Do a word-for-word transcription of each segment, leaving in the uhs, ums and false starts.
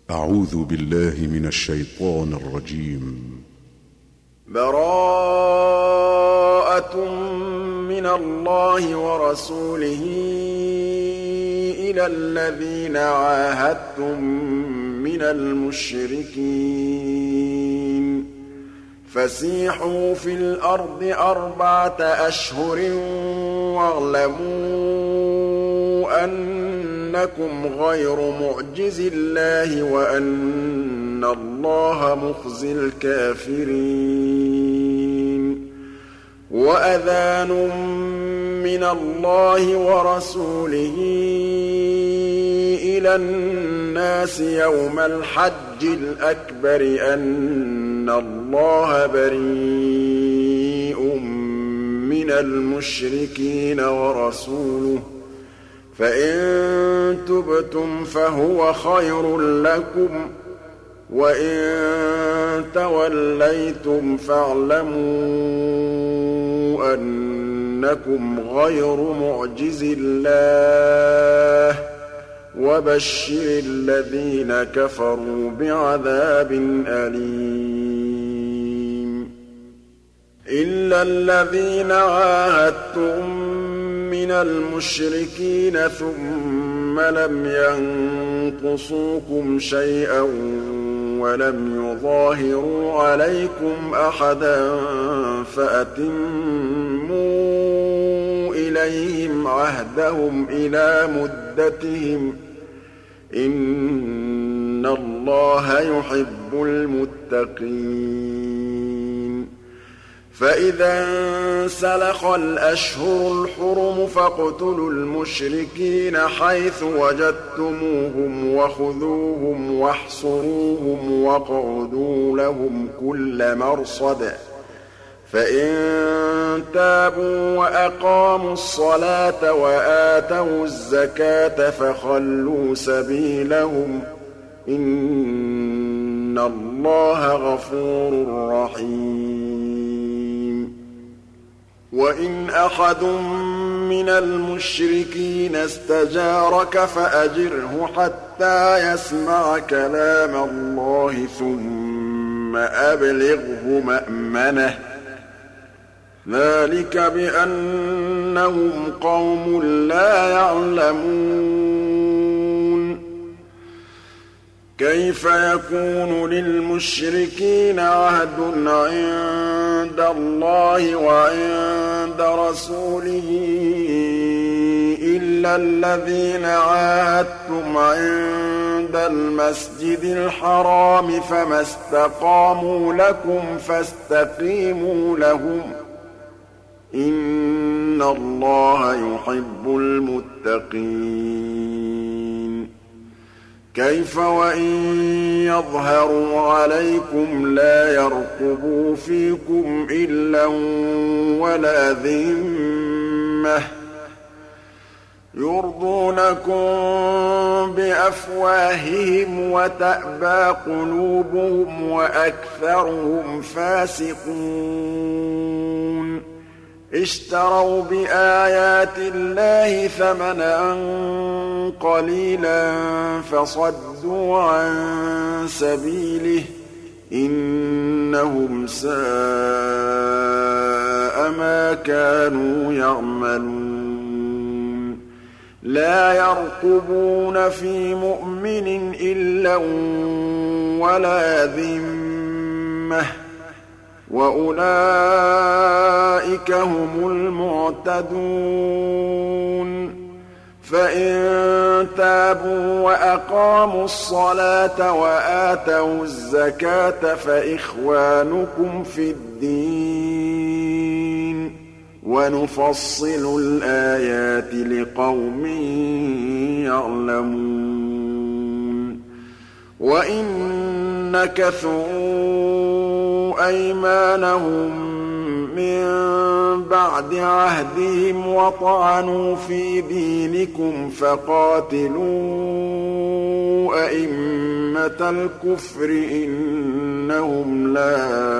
أعوذ بالله من الشيطان الرجيم. براءة من الله ورسوله إلى الذين عاهدتم من المشركين فسيحوا في الأرض أربعة أشهر واعلموا أنكم غير معجز الله وأن الله مخزي الكافرين. وأذان من الله ورسوله إلى الناس يوم الحج الأكبر أن الله بريء من المشركين ورسوله فإن تبتم فهو خير لكم وإن توليتم فاعلموا أنكم غير معجز الله وبشر الذين كفروا بعذاب أليم. إلا الذين عاهدتم من المشركين ثم لم ينقصوكم شيئا ولم يظاهروا عليكم أحدا فأتموا إليهم عهدهم إلى مدتهم إن الله يحب المتقين. فإذا انسلخ الأشهر الحرم فاقتلوا المشركين حيث وجدتموهم وخذوهم واحصروهم واقعدوا لهم كل مرصد فإن تابوا وأقاموا الصلاة وآتوا الزكاة فخلوا سبيلهم إن الله غفور رحيم. وإن أحد من المشركين استجارك فأجره حتى يسمع كلام الله ثم أبلغه مأمنه ذلك بأنهم قوم لا يعلمون. كيف يكون للمشركين عهد عند الله وعند رسوله إلا الذين عاهدتم عند المسجد الحرام فما استقاموا لكم فاستقيموا لهم إن الله يحب المتقين. كيف وإن يظهروا عليكم لا يرقبوا فيكم إلا ولا ذمة يرضونكم بأفواههم وتأبى قلوبهم وأكثرهم فاسقون. اشتروا بآيات الله ثمنا قليلا فصدوا عن سبيله إنهم ساء ما كانوا يعملون. لا يرقبون في مؤمن إلا ولا ذمة وأولئك هم المعتدون. فإن تابوا وأقاموا الصلاة وآتوا الزكاة فإخوانكم في الدين ونفصل الآيات لقوم يعلمون. وإن نكثوا أيمانهم من بعد عهدهم وطعنوا في دينكم فقاتلوا أئمة الكفر إنهم لا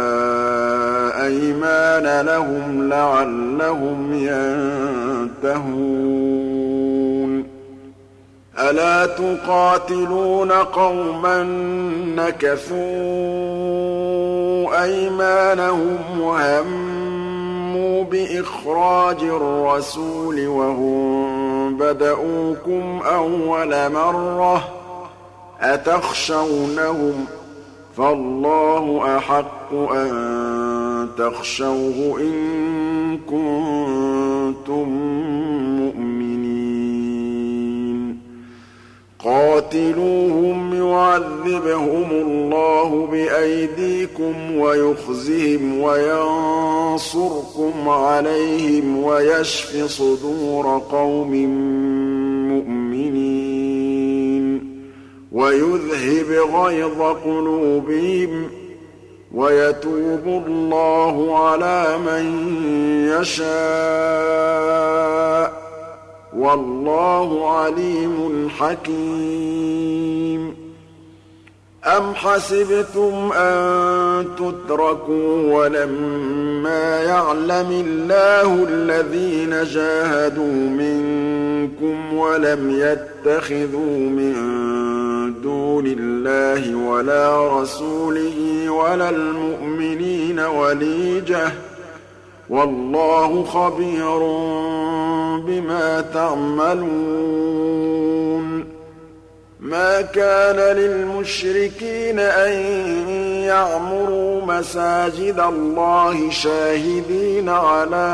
أيمان لهم لعلهم ينتهون. ألا تقاتلون قوما نكثوا أيمانهم وهموا بإخراج الرسول وهم بدؤوكم أول مرة أتخشونهم فالله أحق أن تخشوه إن كنتم مؤمنين قاتلوهم يعذبهم الله بأيديكم ويخزهم وينصركم عليهم ويشف صدور قوم مؤمنين ويذهب غيظ قلوبهم ويتوب الله على من يشاء والله عليم حكيم أم حسبتم أن تتركوا ولما يعلم الله الذين جاهدوا منكم ولم يتخذوا من دون الله ولا رسوله ولا المؤمنين وليجة والله خبير بما تعملون ما كان للمشركين أن يعمروا مساجد الله شاهدين على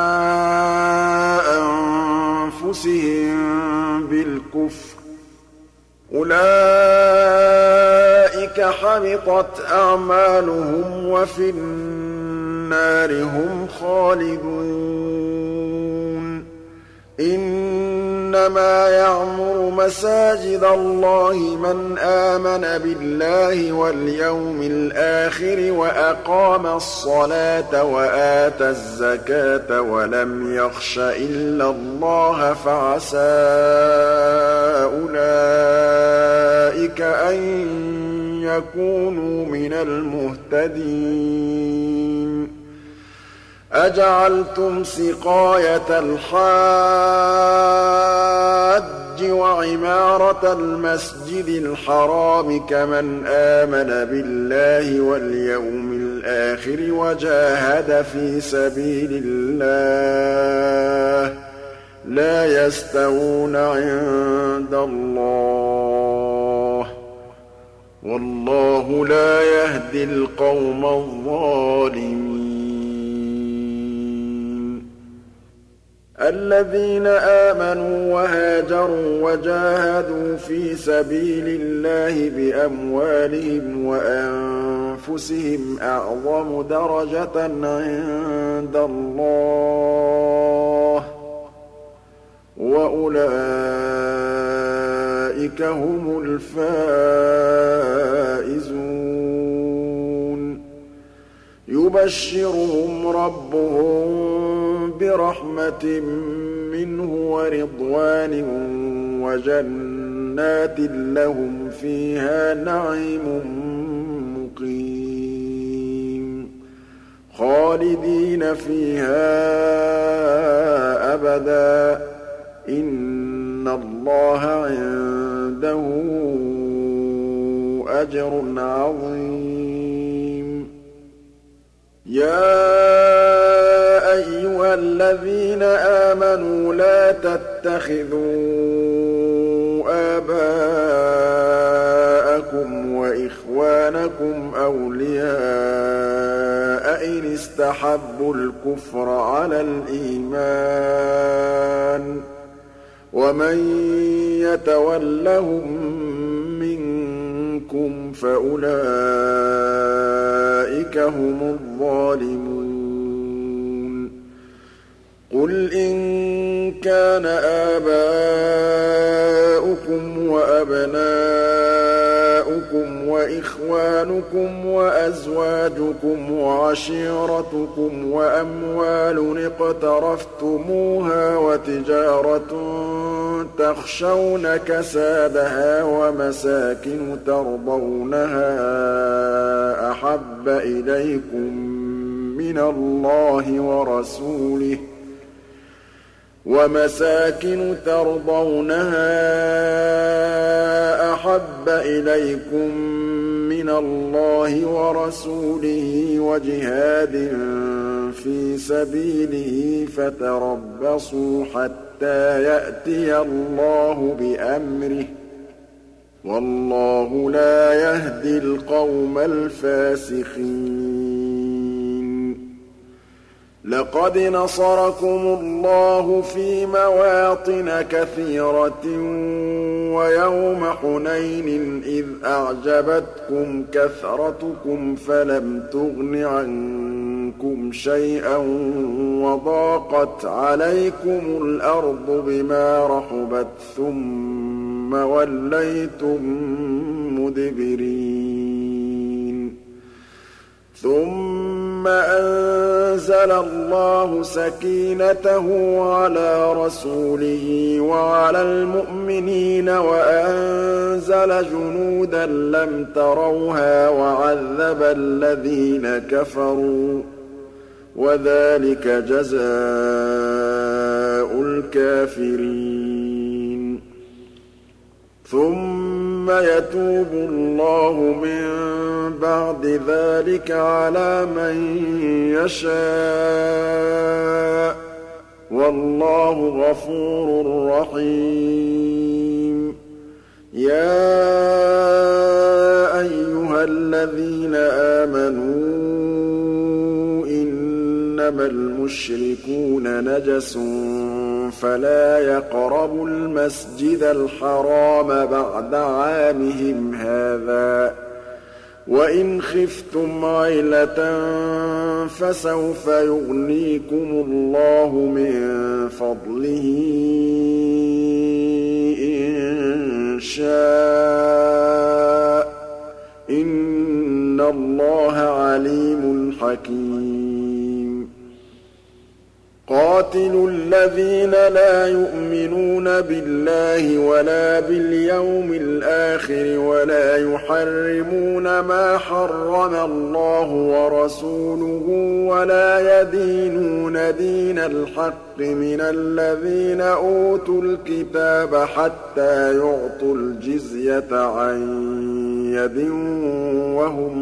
أنفسهم بالكفر أولئك حبطت أعمالهم وفي النار هم خالدون إنما يعمر مساجد الله من آمن بالله واليوم الآخر وأقام الصلاة وآتى الزكاة ولم يخش إلا الله فعسى أولئك أن يكونوا من المهتدين أجعلتم سقاية الحاج وعمارة المسجد الحرام كمن آمن بالله واليوم الآخر وجاهد في سبيل الله لا يستوون عند الله والله لا يهدي القوم الظالمين الذين آمنوا وهاجروا وجاهدوا في سبيل الله بأموالهم وأنفسهم أعظم درجة عند الله وأولئك هم الفائزون يبشرهم ربهم برحمة منه ورضوان وجنات لهم فيها نعيم مقيم خالدين فيها أبدا إن الله عنده أجر عظيم يا أيها الذين آمنوا لا تتخذوا آباءكم وإخوانكم أولياء إن استحبوا الكفر على الإيمان ومن يتولهم منكم فأولئك هم الظالمون قل إن كان آباؤكم وأبناؤكم وإخوانكم وأزواجكم وعشيرتكم وأموال اقترفتموها وتجارة تخشون كسادها ومساكن ترضونها أحب إليكم من الله ورسوله وَمَسَاكِنُ تَرْضَوْنَهَا أَحَبَّ إِلَيْكُم مِّنَ اللَّهِ وَرَسُولِهِ وَجِهَادٍ فِي سَبِيلِهِ فَتَرَبَّصُوا حَتَّىٰ يَأْتِيَ اللَّهُ بِأَمْرِهِ ۗ وَاللَّهُ لَا يَهْدِي الْقَوْمَ الْفَاسِقِينَ. لَقَدْ نَصَرَكُمُ اللَّهُ فِي مَوَاطِنَ كَثِيرَةٍ وَيَوْمَ حُنَيْنٍ إِذْ أَعْجَبَتْكُمْ كَثْرَتُكُمْ فَلَمْ تُغْنِ عَنكُمْ شَيْئًا وَضَاقَتْ عَلَيْكُمُ الْأَرْضُ بِمَا رَحُبَتْ ثُمَّ وَلَّيْتُم مُّدْبِرِينَ. ثُمَّ أَنزَلَ اللَّهُ سَكِينَتَهُ عَلَىٰ رَسُولِهِ وَعَلَى الْمُؤْمِنِينَ وَأَنزَلَ جُنُودًا لَّمْ تَرَوْهَا وَعَذَّبَ الَّذِينَ كَفَرُوا ۚ وَذَٰلِكَ جَزَاءُ الْكَافِرِينَ. ثُمَّ يَتُوبُ اللَّهُ مِن بَعْدِ ذَٰلِكَ عَلَىٰ مَن يَشَاءُ ۗ وَاللَّهُ غَفُورٌ رَّحِيمٌ. يَا أَيُّهَا الَّذِينَ آمَنُوا إِنَّمَا الْمُشْرِكُونَ نَجَسٌ فَلَا يَقْرَبُوا الْمَسْجِدَ الْحَرَامَ بَعْدَ عَامِهِمْ هَٰذَا ۚ وَإِنْ خِفْتُمْ عَيْلَةً فَسَوْفَ يُغْنِيكُمُ اللَّهُ مِن فَضْلِهِ إِن شَاءَ ۚ إِنَّ اللَّهَ عَلِيمٌ حَكِيمٌ. قَاتِلُوا الَّذِينَ لَا يُؤْمِنُونَ بِاللَّهِ وَلَا بِالْيَوْمِ الْآخِرِ وَلَا يُحَرِّمُونَ مَا حَرَّمَ اللَّهُ وَرَسُولُهُ وَلَا يَدِينُونَ دِينَ الْحَقِّ مِنَ الَّذِينَ أُوتُوا الْكِتَابَ حَتَّىٰ يُعْطُوا الْجِزْيَةَ عَن يَدٍ وَهُمْ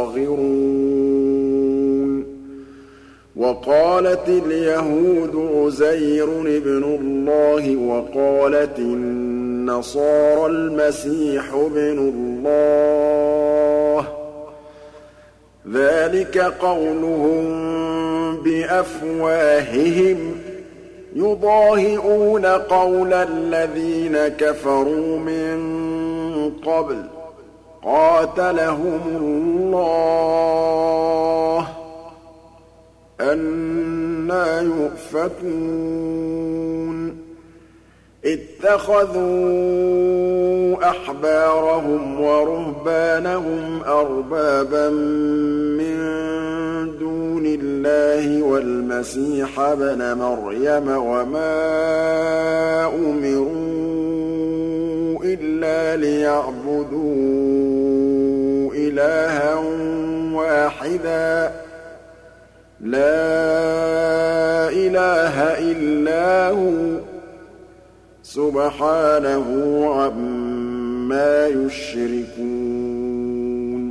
صَاغِرُونَ. وَقَالَتِ الْيَهُودُ عُزَيْرٌ ابْنُ اللَّهِ وَقَالَتِ النَّصَارَى الْمَسِيحُ ابْنُ اللَّهِ ۖ ذَٰلِكَ قَوْلُهُم بِأَفْوَاهِهِمْ ۖ يُضَاهِئُونَ قَوْلَ الَّذِينَ كَفَرُوا مِن قَبْلُ ۚ قَاتَلَهُمُ اللَّهُ ۖ أَنَّىٰ يُؤْفَكُونَ. اتَّخَذُوا أَحْبَارَهُمْ وَرُهْبَانَهُمْ أَرْبَابًا مِّن دُونِ اللَّهِ وَالْمَسِيحَ ابْنَ مَرْيَمَ وَمَا أُمِرُوا إِلَّا لِيَعْبُدُوا إِلَٰهًا وَاحِدًا لَا إِلَٰهَ إِلَّا هُوَ سُبْحَانَهُ عَمَّا يُشْرِكُونَ.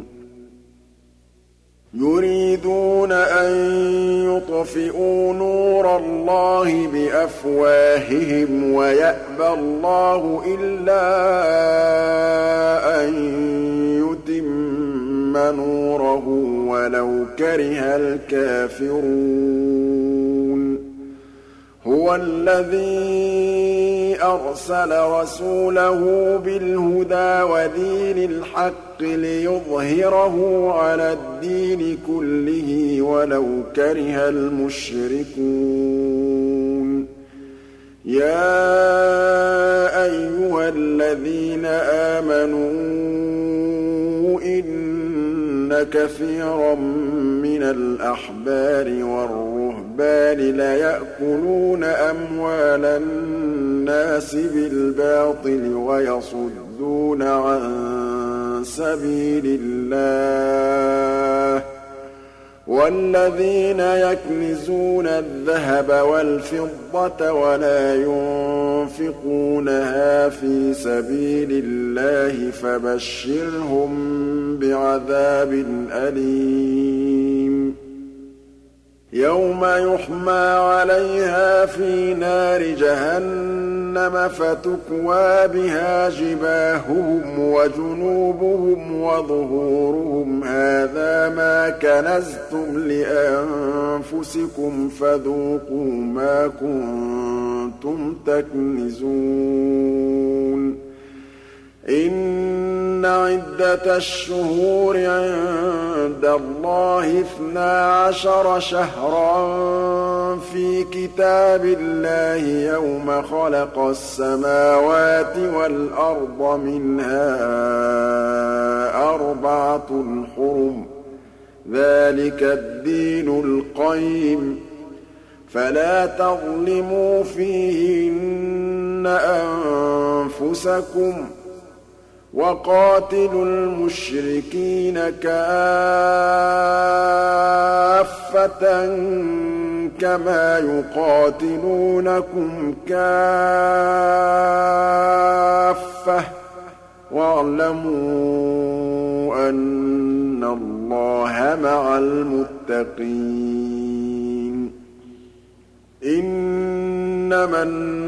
يُرِيدُونَ أَن يُطْفِئُوا نُورَ اللَّهِ بِأَفْوَاهِهِمْ وَيَأْبَى اللَّهُ إِلَّا أَن يُتِمَّ نُورَهُ وَلَوْ كَرِهَ الْكَافِرُونَ. هُوَ الَّذِي أَرْسَلَ رَسُولَهُ بِالْهُدَىٰ وَدِينِ الْحَقِّ لِيُظْهِرَهُ عَلَى الدِّينِ كُلِّهِ وَلَوْ كَرِهَ الْمُشْرِكُونَ. يَا أَيُّهَا الَّذِينَ آمَنُوا إِنَّ كَثِيرًا مِّنَ الْأَحْبَارِ وَالرُّهْبَانِ لَيَأْكُلُونَ أَمْوَالَ النَّاسِ بِالْبَاطِلِ وَيَصُدُّونَ عَن سَبِيلِ اللَّهِ ۗ وَالَّذِينَ يَكْنِزُونَ الذَّهَبَ وَالْفِضَّةَ وَلَا يُنفِقُونَهَا فِي سَبِيلِ اللَّهِ فَبَشِّرْهُم بِعَذَابٍ أَلِيمٍ يَوْمَ يُحْمَىٰ عَلَيْهَا فِي نَارِ جَهَنَّمَ فَتُكْوَىٰ بِهَا جِبَاهُهُمْ وَجُنُوبُهُمْ وَظُهُورُهُمْ هَٰذَا مَا كَنَزْتُمْ لِأَنفُسِكُمْ فَذُوقُوا مَا كُنتُمْ تَكْنِزُونَ إِنَّ عِدَّةَ الشُّهُورِ عِندَ اللَّهِ اثْنَا عَشَرَ شَهْرًا فِي كِتَابِ اللَّهِ يَوْمَ خَلَقَ السَّمَاوَاتِ وَالْأَرْضَ مِنْهَا أَرْبَعَةٌ حُرُمٌ ۚ ذَٰلِكَ الدِّينُ الْقَيِّمُ ۚ فَلَا تَظْلِمُوا فِيهِنَّ أَنفُسَكُمْ ۚ وَقَاتِلُوا الْمُشْرِكِينَ كَافَّةً كَمَا يُقَاتِلُونَكُمْ كَافَّةً ۚ وَاعْلَمُوا أَنَّ اللَّهَ مَعَ الْمُتَّقِينَ إِنَّمَا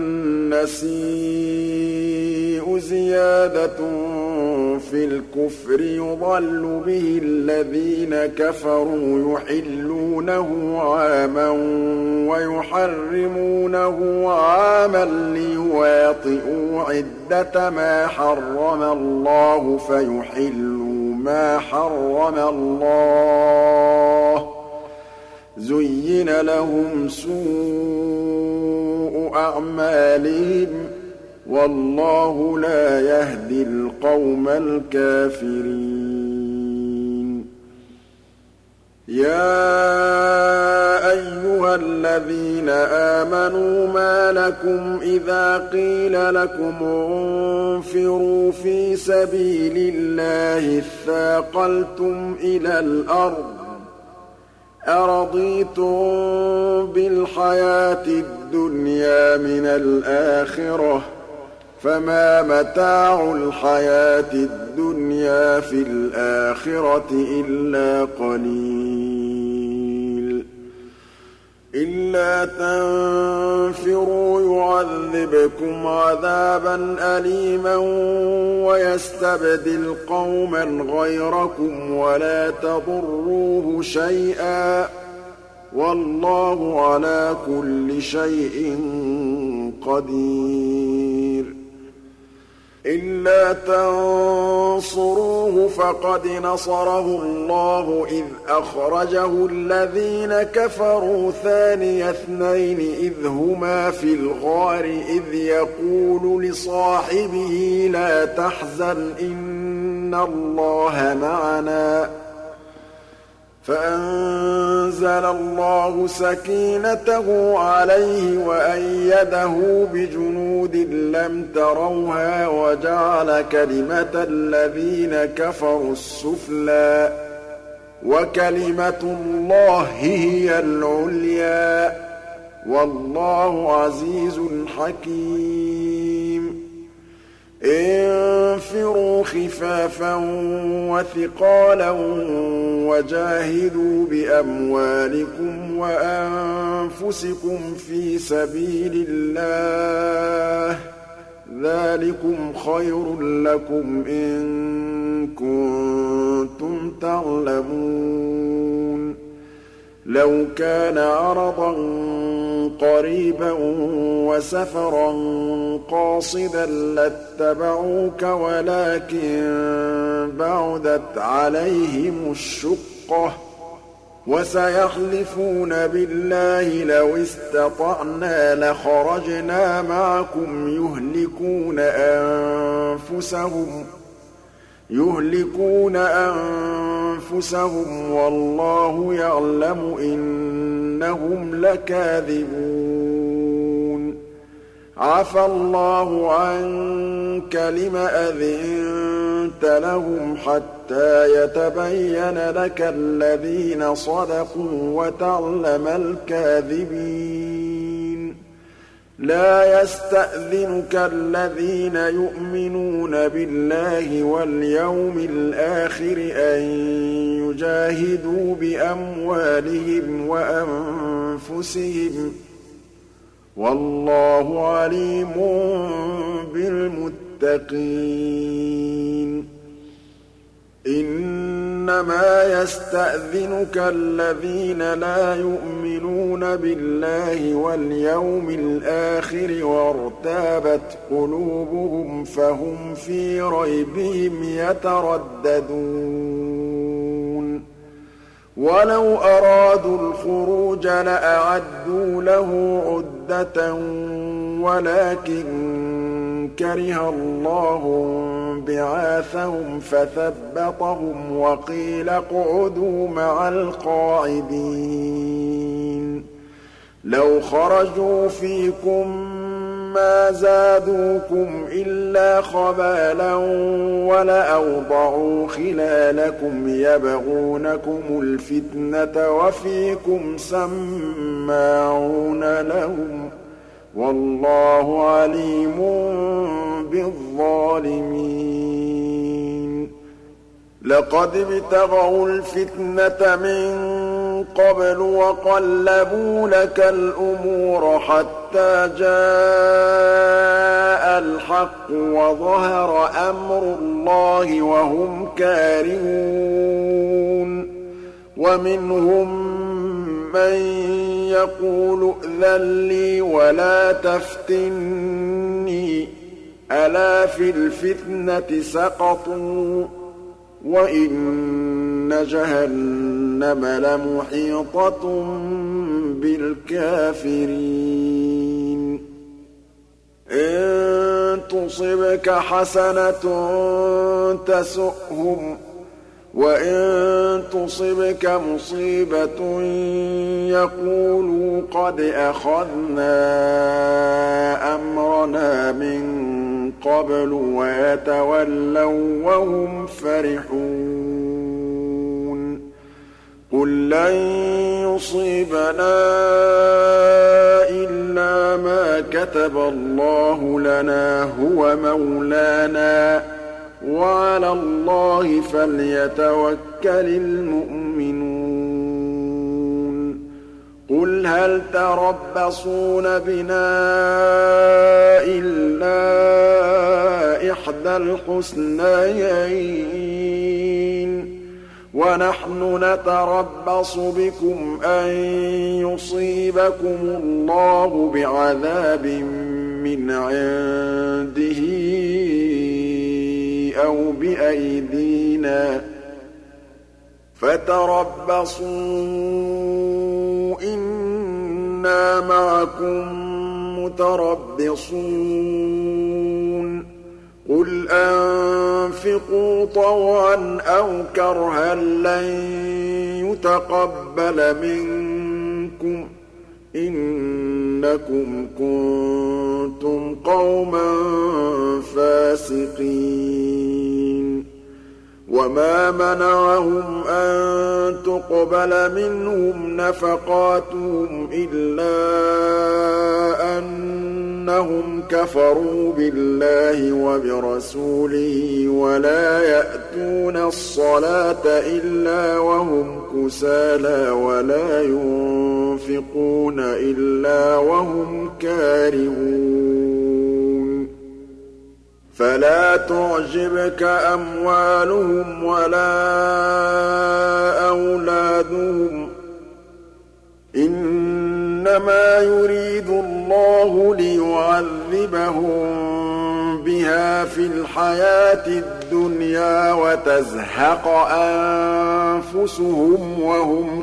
النَّسِيءُ زِيَادَةٌ فِي الْكُفْرِ يُضَلُّ بِهِ الَّذِينَ كَفَرُوا يُحِلُّونَهُ عَامًا وَيُحَرِّمُونَهُ عَامًا لِّيُوَاطِئُوا عِدَّةَ مَا حَرَّمَ اللَّهُ فَيُحِلُّوا مَا حَرَّمَ اللَّهُ ۚ زُيِّنَ لَهُمْ سُوءُ أَعْمَالِهِمْ ۗ وَاللَّهُ لَا يَهْدِي الْقَوْمَ الْكَافِرِينَ يَا أَيُّهَا الَّذِينَ آمَنُوا مَا لَكُمْ إِذَا قِيلَ لَكُمُ انفِرُوا فِي سَبِيلِ اللَّهِ اثَّاقَلْتُمْ إِلَى الْأَرْضِ أَرَضِيتُم بِالْحَيَاةِ الدُّنْيَا مِنَ الْآخِرَةِ ۚ فَمَا مَتَاعُ الْحَيَاةِ الدُّنْيَا فِي الْآخِرَةِ إِلَّا قَلِيلٌ إِلَّا تَنفِرُوا يُعَذِّبْكُمْ عَذَابًا أَلِيمًا وَيَسْتَبْدِلْ قَوْمًا غَيْرَكُمْ وَلَا تَضُرُّوهُ شَيْئًا ۗ وَاللَّهُ عَلَىٰ كُلِّ شَيْءٍ قَدِيرٌ إِلَّا تَنصُرُوهُ فَقَدْ نَصَرَهُ اللَّهُ إِذْ أَخْرَجَهُ الَّذِينَ كَفَرُوا ثَانِيَ اثْنَيْنِ إِذْ هُمَا فِي الْغَارِ إِذْ يَقُولُ لِصَاحِبِهِ لَا تَحْزَنْ إِنَّ اللَّهَ مَعَنَا ۖ فَأَنزَلَ اللَّهُ سَكِينَتَهُ عَلَيْهِ وَأَيَّدَهُ بِجُنُودٍ لَّمْ تَرَوْهَا وَجَعَلَ كَلِمَةَ الَّذِينَ كَفَرُوا السُّفْلَىٰ ۗ وَكَلِمَةُ اللَّهِ هِيَ الْعُلْيَا ۗ وَاللَّهُ عَزِيزٌ حَكِيمٌ انفِرُوا خِفَافًا وَثِقَالًا وَجَاهِدُوا بِأَمْوَالِكُمْ وَأَنفُسِكُمْ فِي سَبِيلِ اللَّهِ ۚ ذَٰلِكُمْ خَيْرٌ لَّكُمْ إِن كُنتُمْ تَعْلَمُونَ لَوْ كَانَ عَرَضًا قَرِيبًا وَسَفَرًا قَاصِدًا لَّاتَّبَعُوكَ وَلَٰكِن بَعُدَتْ عَلَيْهِمُ الشُّقَّةُ ۚ وَسَيَحْلِفُونَ بِاللَّهِ لَوِ اسْتَطَعْنَا لَخَرَجْنَا مَعَكُمْ يُهْلِكُونَ أَنفُسَهُمْ يُهْلِكُونَ أَنفُسَهُمْ وَاللَّهُ يَعْلَمُ إِنَّهُمْ لَكَاذِبُونَ عَفَا اللَّهُ عَنكَ لِمَ أَذِنتَ لهم حتى يتبين لك الذين صدقوا وتعلم الكاذبين لا يستأذنك الذين يؤمنون بالله واليوم الآخر أن يجاهدوا بأموالهم وأنفسهم والله عليم بالمتقين إنما يستأذنك الذين لا يؤمنون بالله واليوم الآخر وارتابت قلوبهم فهم في ريبهم يترددون ولو أرادوا الخروج لأعدوا له عدة ولكن كره الله بعاثهم فثبطهم وقيل اقعدوا مع القاعدين لو خرجوا فيكم ما زادوكم إلا خبالا ولأوضعوا خلالكم يبغونكم الفتنة وفيكم سماعون لهم والله عليم بالظالمين لقد ابتغوا الفتنة من قبل وقلبوا لك الأمور حتى جاء الحق وظهر أمر الله وهم كارهون ومنهم من يقول ائذن لي ولا تفتني ألا في الفتنة سقطوا وإن جهنم لمحيطة بالكافرين إن تصبك حسنة تسؤهم وإن تصبك مصيبة يقولوا قد أخذنا أمرنا من قبل ويتولوا وهم فرحون قل لن يصيبنا إلا ما كتب الله لنا هو مولانا وعلى الله فليتوكل المؤمنون قل هل تربصون بنا إلا إحدى الحسنيين ونحن نتربص بكم أن يصيبكم الله بعذاب من عنده أو بأيدينا فتربصوا إنا معكم متربصون قل أنفقوا طوعا أو كرها لن يتقبل منكم إنكم كنتم قوما فاسقين وما منعهم أن تقبل منهم نفقاتهم إلا أنهم كفروا بالله وبرسوله ولا يأتون الصلاة إلا وهم كسالى ولا ينفقون إلا وهم كارهون فلا تعجبك أموالهم ولا أولادهم إنما يريد الله ليعذبهم بها في الحياة الدنيا وتزهق أنفسهم وهم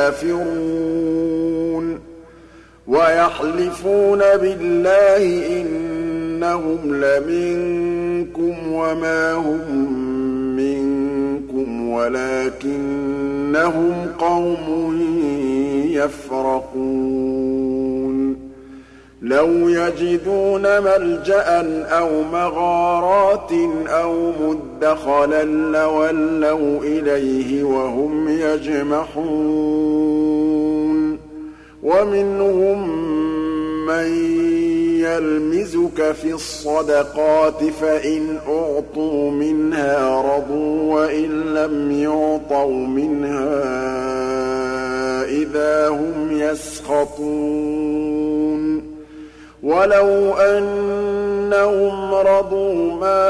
كافرون ويحلفون بالله إنهم لمنكم وما هم منكم ولكنهم قوم يفرقون لَوْ يَجِدُونَ مَلْجَأً أَوْ مَغَارَاتٍ أَوْ مُدَّخَلًا لَّوَلَّوْا إِلَيْهِ وَهُمْ يَجْمَحُونَ وَمِنْهُم مَّن يَلْمِزُكَ فِي الصَّدَقَاتِ فَإِنْ أُعْطُوا مِنْهَا رَضُوا وَإِن لَّمْ يُعْطَوْا مِنْهَا إِذَا هُمْ يَسْخَطُونَ وَلَوْ أَنَّهُمْ رَضُوا مَا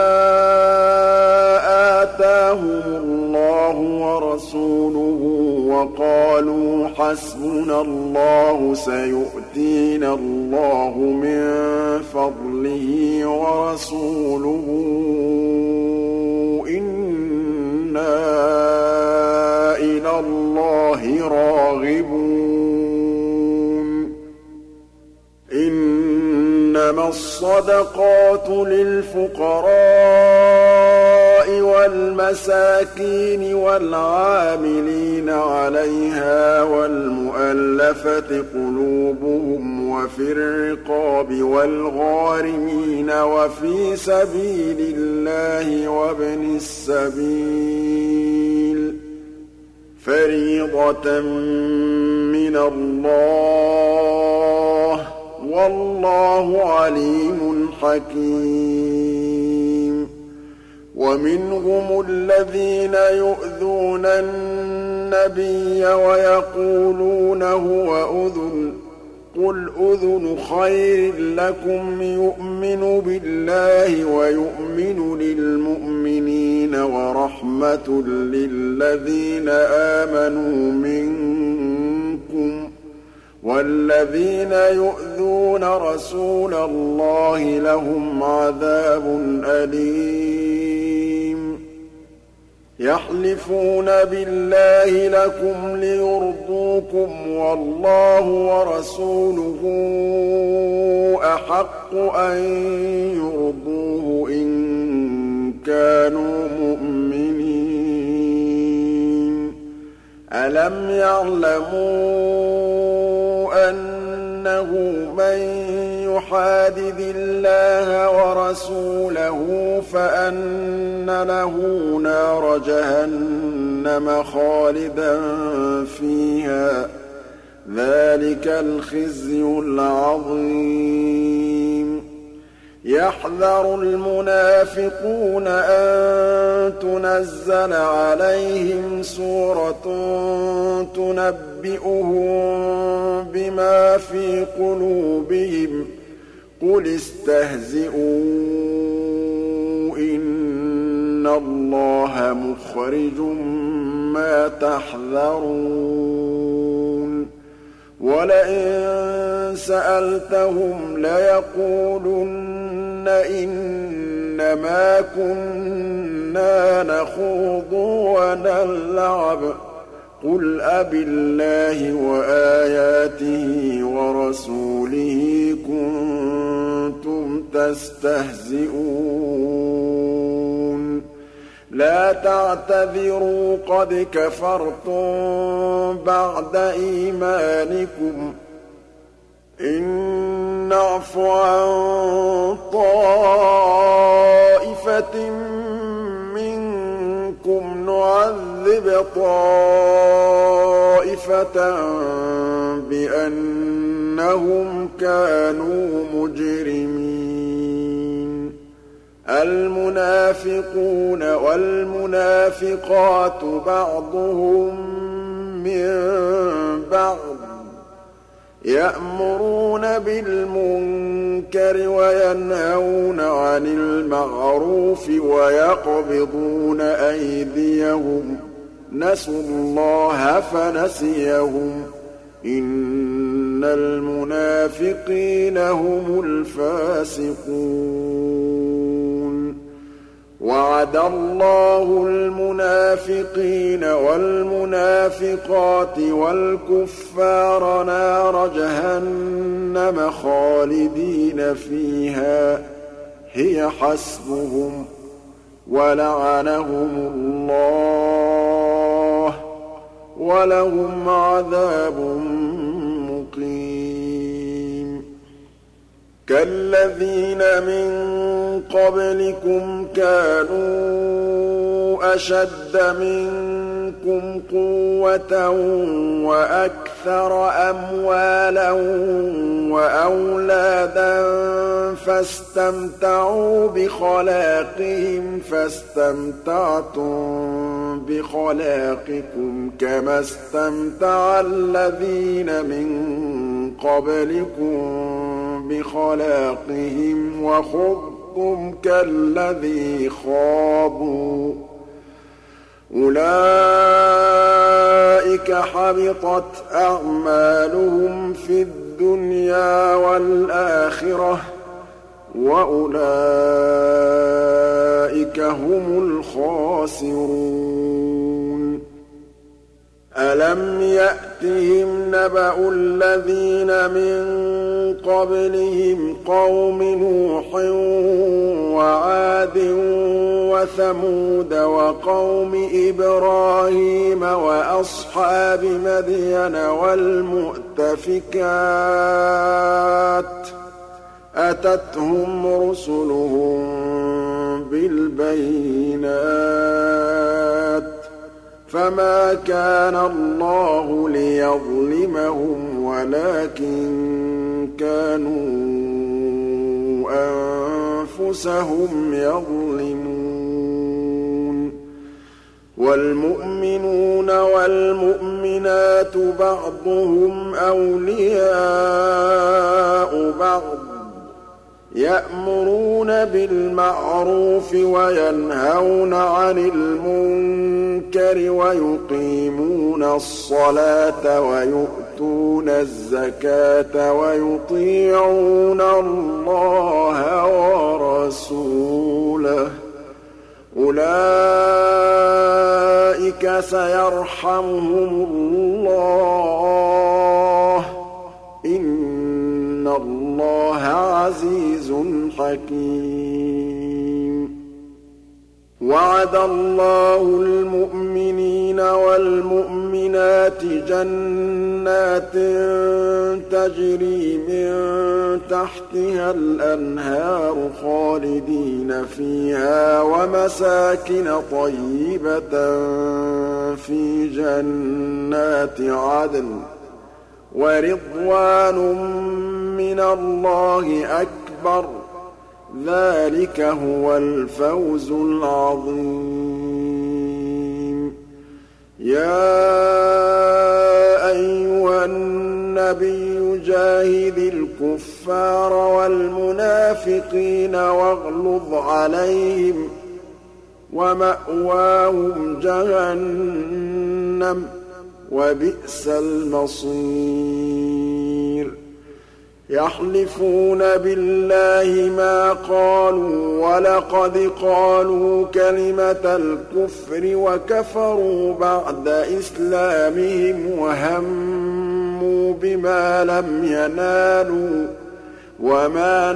آتَاهُمُ اللَّهُ وَرَسُولُهُ وَقَالُوا حَسْبُنَا اللَّهُ سَيُؤْتِينَا اللَّهُ مِن فَضْلِهِ وَرَسُولُهُ إِنَّا إِلَى اللَّهِ رَاغِبُونَ إِنَّمَا الصَّدَقَاتُ لِلْفُقَرَاءِ وَالْمَسَاكِينِ وَالْعَامِلِينَ عَلَيْهَا وَالْمُؤَلَّفَةِ قُلُوبُهُمْ وَفِي الرِّقَابِ وَالْغَارِمِينَ وَفِي سَبِيلِ اللَّهِ وَابْنِ السَّبِيلِ فَرِيضَةً مِّنَ اللَّهِ ۗ وَاللَّهُ عَلِيمٌ حَكِيمٌ وَمِنْهُمُ الَّذِينَ يُؤْذُونَ النَّبِيَّ وَيَقُولُونَ هُوَ أُذُنٌ ۚ قُلْ أُذُنُ خَيْرٍ لَّكُمْ يُؤْمِنُ بِاللَّهِ وَيُؤْمِنُ لِلْمُؤْمِنِينَ وَرَحْمَةٌ لِّلَّذِينَ آمَنُوا مِنكُمْ ۚ وَالَّذِينَ يُؤْذُونَ رَسُولَ اللَّهِ لَهُمْ عَذَابٌ أَلِيمٌ يَحْلِفُونَ بِاللَّهِ لَكُمْ لِيُرْضُوكُمْ وَاللَّهُ وَرَسُولُهُ أَحَقُّ أَن يُرْضُوهُ إِن كَانُوا مُؤْمِنِينَ أَلَمْ يَعْلَمُوا أَنَّهُ مَن يُحَادِدِ اللَّهَ وَرَسُولَهُ فَأَنَّ لَهُ نَارَ جَهَنَّمَ خَالِدًا فِيهَا ۚ ذَٰلِكَ الْخِزْيُ الْعَظِيمُ يَحْذَرُ الْمُنَافِقُونَ أَن تُنَزَّلَ عَلَيْهِمْ سُورَةٌ تُنَبِّئُهُم بِمَا فِي قُلُوبِهِمْ ۚ قُلِ اسْتَهْزِئُوا إِنَّ اللَّهَ مُخْرِجٌ مَّا تَحْذَرُونَ وَلَئِن سَأَلْتَهُمْ لَيَقُولُنَّ إِنَّمَا كُنَّا نَخُوضُ وَنَلْعَبُ ۚ قُلْ أَبِاللَّهِ وَآيَاتِهِ وَرَسُولِهِ كُنتُمْ تَسْتَهْزِئُونَ لَا تَعْتَذِرُوا قَدْ كَفَرْتُم بَعْدَ إِيمَانِكُمْ ۚ إِن نَّعْفُ عَن طَائِفَةٍ مِّنكُمْ نُعَذِّبْ طَائِفَةً بِأَنَّهُمْ كَانُوا مُجْرِمِينَ الْمُنَافِقُونَ وَالْمُنَافِقَاتُ بَعْضُهُم مِّن بَعْضٍ يَأْمُرُونَ بِالْمُنكَرِ وَيَنْهَوْنَ عَنِ الْمَعْرُوفِ وَيَقْبِضُونَ أَيْدِيَهُمْ ۚ نَسُوا اللَّهَ فَنَسِيَهُمْ ۗ إِنَّ الْمُنَافِقِينَ هُمُ الْفَاسِقُونَ وَعَدَ اللَّهُ الْمُنَافِقِينَ وَالْمُنَافِقَاتِ وَالْكُفَّارَ نَارَ جَهَنَّمَ خَالِدِينَ فِيهَا ۚ هِيَ حَسْبُهُمْ ۚ وَلَعَنَهُمُ اللَّهُ ۖ وَلَهُمْ عَذَابٌ مُّقِيمٌ كالذين من قبلكم كانوا أشد منكم قوة وأكثر أموالا وأولادا فاستمتعوا بخلاقهم فاستمتعتم بخلاقكم كما استمتع الذين من قبلكم بخلاقهم وخضتم كالذي خاضوا أولئك حبطت أعمالهم في الدنيا والآخرة وأولئك هم الخاسرون ألم يأتهم نبأ الذين من قبلهم قوم نوح وعاد وثمود وقوم إبراهيم وأصحاب مدين والمؤتفكات أتتهم رسلهم بالبينات فما كان الله ليظلمهم ولكن كانوا أنفسهم يظلمون والمؤمنون والمؤمنات بعضهم أولياء بعض يأمرون بالمعروف وينهون عن المنكر ويقيمون الصلاة ويؤتون الزكاة ويطيعون الله ورسوله أولئك سيرحمهم الله إن الله عزيز حكيم وعد الله المؤمنين والمؤمنات جنات تجري من تحتها الأنهار خالدين فيها ومساكن طيبة في جنات عدن ورضوان من الله أكبر ذلك هو الفوز العظيم يا أيها النبي جاهد الكفار والمنافقين واغلظ عليهم ومأواهم جهنم وبئس المصير يحلفون بالله ما قالوا ولقد قالوا كلمة الكفر وكفروا بعد إسلامهم وهموا بما لم ينالوا وما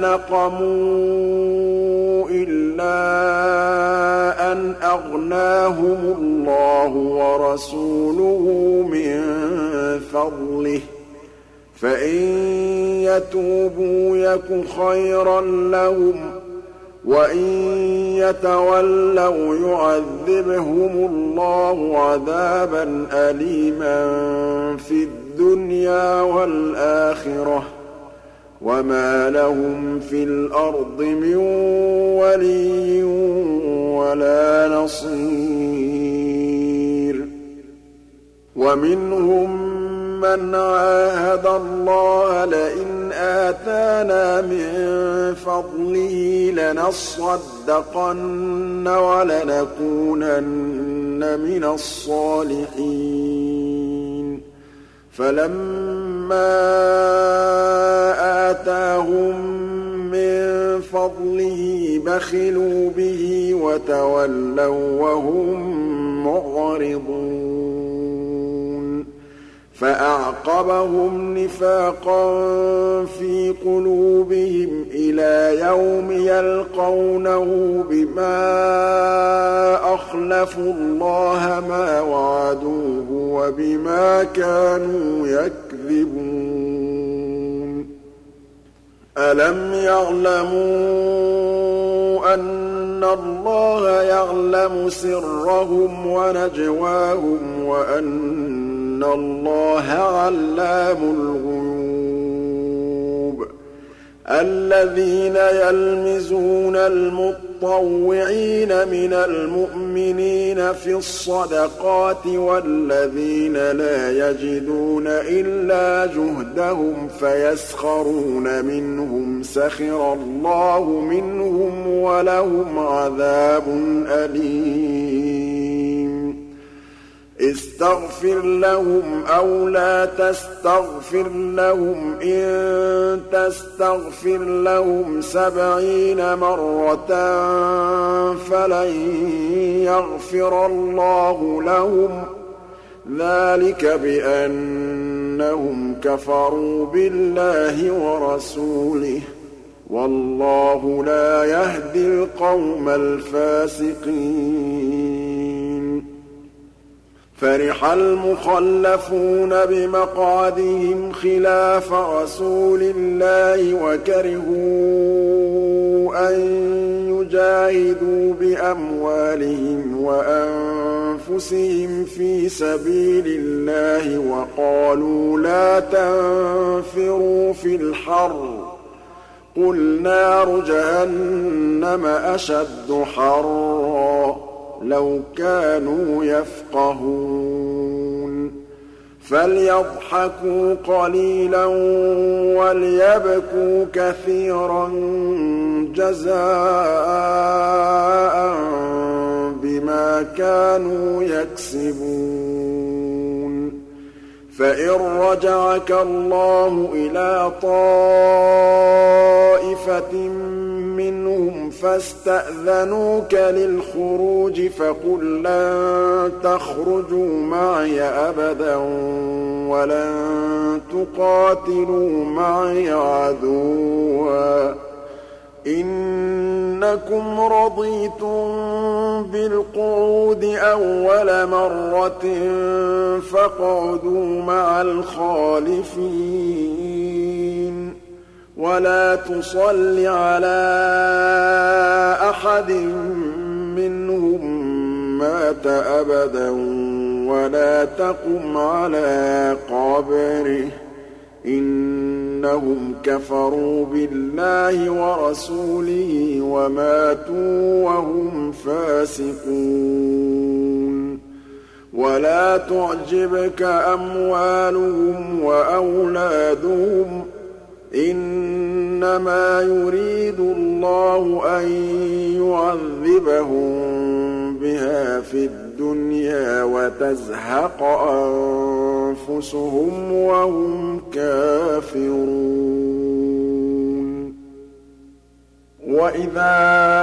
نقموا إلا أن أغناهم الله ورسوله من فضله فإن يتوبوا يك خيرا لهم وإن يتولوا يعذبهم الله عذابا أليما في الدنيا والآخرة وما لهم في الأرض من ولي ولا نصير ومنهم من عاهد الله لئن آتانا من فضله لنصدقن ولنكونن من الصالحين فلما آتاهم من فضله بخلوا به وتولوا وهم معرضون فأعقبهم نفاقا في قلوبهم إلى يوم يلقونه بما أخلفوا الله ما وعدوه وبما كانوا يكذبون أَلَمْ يَعْلَمُوا أَنَّ اللَّهَ يَعْلَمُ سِرَّهُمْ وَنَجْوَاهُمْ وَأَنَّ اللَّهَ عَلَّامُ الْغُيُوبِ الَّذِينَ يَلْمِزُونَ الْمُطَّوِّعِينَ مِنَ الْمُؤْمِنِينَ فِي الصَّدَقَاتِ وَالَّذِينَ لَا يَجِدُونَ إِلَّا جُهْدَهُمْ فَيَسْخَرُونَ مِنْهُمْ سَخِرَ اللَّهُ مِنْهُمْ وَلَهُمْ عَذَابٌ أَلِيمٌ اسْتَغْفِرْ لَهُمْ أَوْ لَا تَسْتَغْفِرْ لَهُمْ إِن تَسْتَغْفِرْ لَهُمْ سَبْعِينَ مَرَّةً فَلَن يَغْفِرَ اللَّهُ لَهُمْ ۚ ذَٰلِكَ بِأَنَّهُمْ كَفَرُوا بِاللَّهِ وَرَسُولِهِ ۗ وَاللَّهُ لَا يَهْدِي الْقَوْمَ الْفَاسِقِينَ فَرِحَ الْمُخَلَّفُونَ بِمَقْعَدِهِمْ خِلَافَ رَسُولِ اللَّهِ وَكَرِهُوا أَن يُجَاهِدُوا بِأَمْوَالِهِمْ وَأَنفُسِهِمْ فِي سَبِيلِ اللَّهِ وَقَالُوا لَا تَنفِرُوا فِي الْحَرِّ ۗ قُلْ نَارُ جَهَنَّمَ أَشَدُّ حَرًّا ۚ لَوْ كَانُوا يَفْقَهُونَ فَلْيَضْحَكُوا قَلِيلًا وَلْيَبْكُوا كَثِيرًا جَزَاءً بِمَا كَانُوا يَكْسِبُونَ فَإِن رَّجَعَكَ اللَّهُ إِلَىٰ طَائِفَةٍ مِّنْهُمْ فَاسْتَأْذَنُوكَ لِلْخُرُوجِ فَقُل لَّن تَخْرُجُوا مَعِيَ أَبَدًا وَلَن تُقَاتِلُوا مَعِيَ عَدُوًّا ۖ إِنَّكُمْ رَضِيتُم بِالْقُعُودِ أَوَّلَ مَرَّةٍ فَاقْعُدُوا مَعَ الْخَالِفِينَ وَلَا تُصَلِّ عَلَىٰ أَحَدٍ مِّنْهُم مَّاتَ أَبَدًا وَلَا تَقُمْ عَلَىٰ قَبْرِهِ ۖ إِنَّهُمْ كَفَرُوا بِاللَّهِ وَرَسُولِهِ وَمَاتُوا وَهُمْ فَاسِقُونَ وَلَا تُعْجِبْكَ أَمْوَالُهُمْ وَأَوْلَادُهُمْ ۚ إِنَّمَا يُرِيدُ اللَّهُ أَن يُعَذِّبَهُم بِهَا فِي الدُّنْيَا وَتَزْهَقَ أَنفُسُهُمْ وَهُمْ كَافِرُونَ وَإِذَا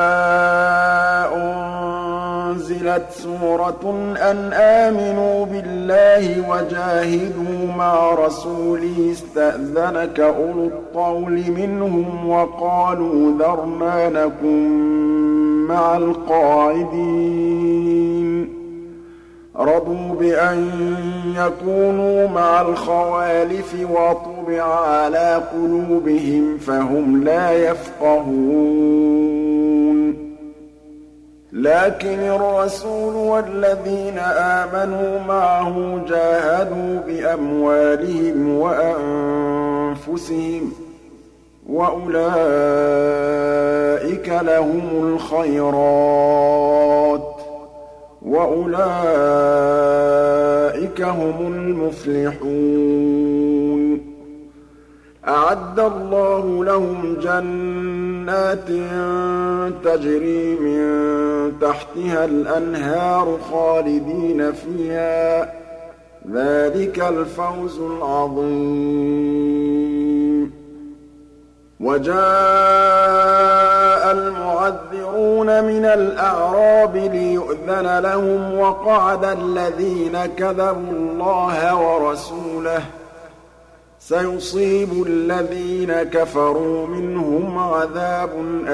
أُنزِلَتْ سُورَةٌ أَنْ آمِنُوا بِاللَّهِ وَجَاهِدُوا مَعَ رَسُولِهِ اسْتَأْذَنَكَ أُولُو الطَّوْلِ مِنْهُمْ وَقَالُوا ذَرْنَا نَكُن مَّعَ الْقَاعِدِينَ رَضُوا بِأَن يَكُونُوا مَعَ الْخَوَالِفِ وَطُبِعَ عَلَىٰ قُلُوبِهِمْ فَهُمْ لَا يَفْقَهُونَ لَٰكِنِ الرَّسُولُ وَالَّذِينَ آمَنُوا مَعَهُ جَاهَدُوا بِأَمْوَالِهِمْ وَأَنفُسِهِمْ ۚ وَأُولَٰئِكَ لَهُمُ الْخَيْرَاتُ ۖ وَأُولَٰئِكَ هُمُ الْمُفْلِحُونَ أَعَدَّ اللَّهُ لَهُمْ جَنَّاتٍ تَجْرِي مِن تَحْتِهَا الْأَنْهَارُ خَالِدِينَ فِيهَا ۚ ذَٰلِكَ الْفَوْزُ الْعَظِيمُ وَجَاءَ الْمُعَذِّرُونَ مِنَ الْأَعْرَابِ لِيُؤْذَنَ لَهُمْ وَقَعَدَ الَّذِينَ كَذَبُوا اللَّهَ وَرَسُولَهُ ۚ سَيُصِيبُ الَّذِينَ كَفَرُوا مِنْهُمْ عَذَابٌ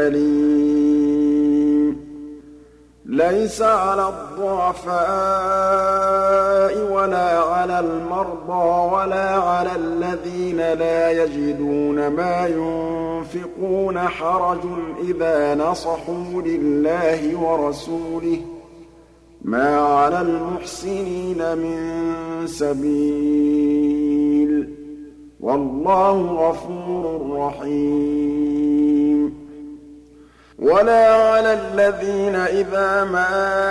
أَلِيمٌ لَيْسَ عَلَى الضُّعَفَاءِ وَلَا عَلَى الْمَرْضَىٰ ولا على الذين لا يجدون ما ينفقون حرج إذا نصحوا لله ورسوله ما على المحسنين من سبيل والله غفور رحيم ولا على الذين إذا ما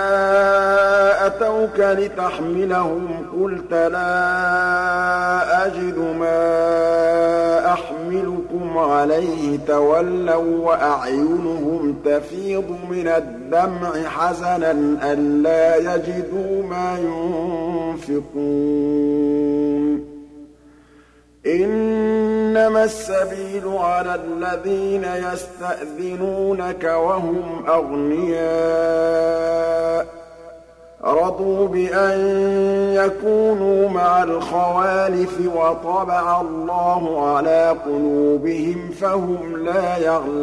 أتوك لتحملهم قلت لا أجد ما أحملكم عليه تولوا وأعينهم تفيض من الدمع حزنا ألا يجدوا ما ينفقون إنما السبيل على الذين يستأذنونك وهم أغنياء رضوا بأن يكونوا مع الخوالف وطبع الله على قلوبهم فهم لا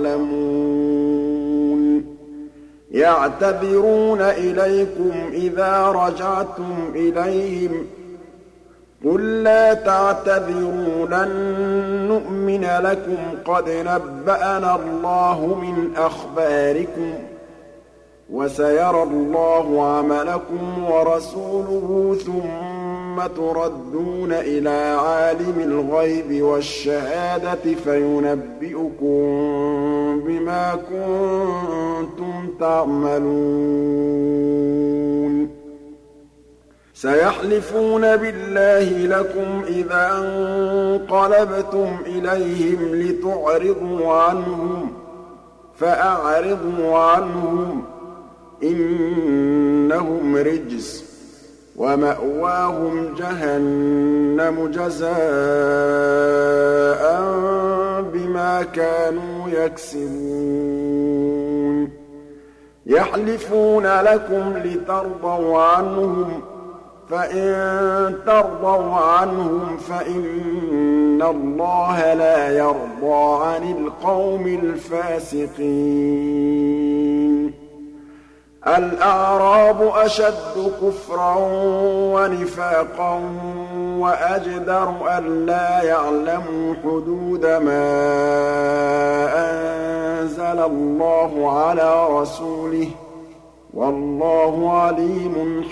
يعلمون يعتذرون إليكم إذا رجعتم إليهم قل لا تعتذروا لن نؤمن لكم قد نبأنا الله من أخباركم وسيرى الله عملكم ورسوله ثم تردون إلى عالم الغيب والشهادة فينبئكم بما كنتم تعملون سيحلفون بالله لكم إذا انقلبتم إليهم لتعرضوا عنهم فأعرضوا عنهم إنهم رجس ومأواهم جهنم جزاء بما كانوا يكسبون يحلفون لكم لترضوا عنهم فإن ترضوا عنهم فإن الله لا يرضى عن القوم الفاسقين الأعراب أشد كفرا ونفاقا وأجدر ألا يعلموا حدود ما أنزل الله على رسوله والله عليم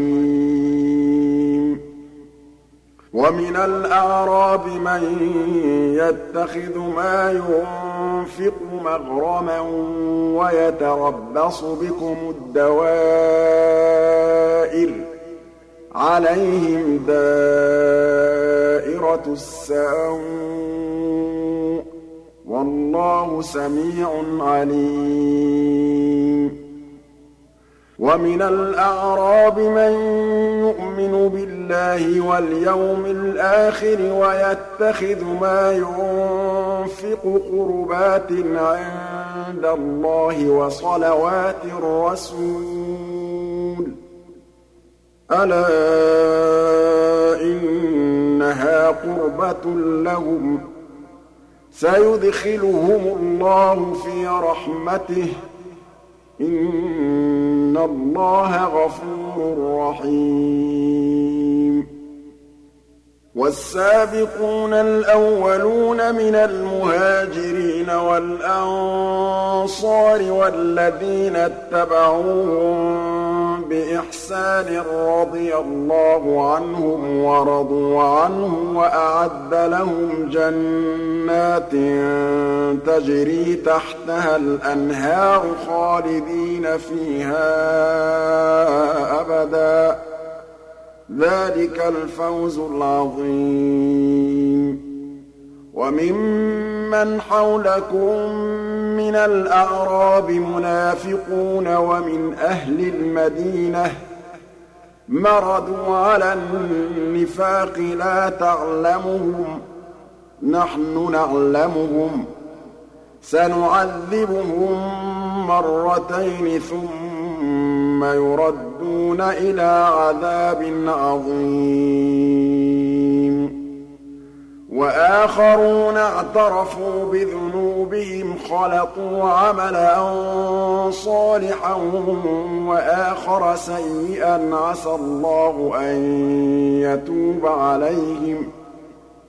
حكيم ومن الأعراب من يتخذ ما ينفق مغرما ويتربص بكم الدوائر عليهم دائرة السوء والله سميع عليم ومن الأعراب من يؤمن بالله واليوم الآخر ويتخذ ما ينفق قربات عند الله وصلوات الرسول ألا إنها قربة لهم سيدخلهم الله في رحمته إن الله غفور رحيم والسابقون الأولون من المهاجرين والأنصار والذين اتبعوهم بإحسان رضي الله عنهم ورضوا عنه وأعد لهم جنات تجري تحتها الأنهار خالدين فيها أبدا ذلك الفوز العظيم وممن حولكم من الأعراب منافقون ومن أهل المدينة مردوا على النفاق لا تعلمهم نحن نعلمهم سنعذبهم مرتين ثم يردون إلى عذاب عظيم وآخرون اعترفوا بذنوبهم خلطوا عملا صالحا وآخر سيئا عسى الله أن يتوب عليهم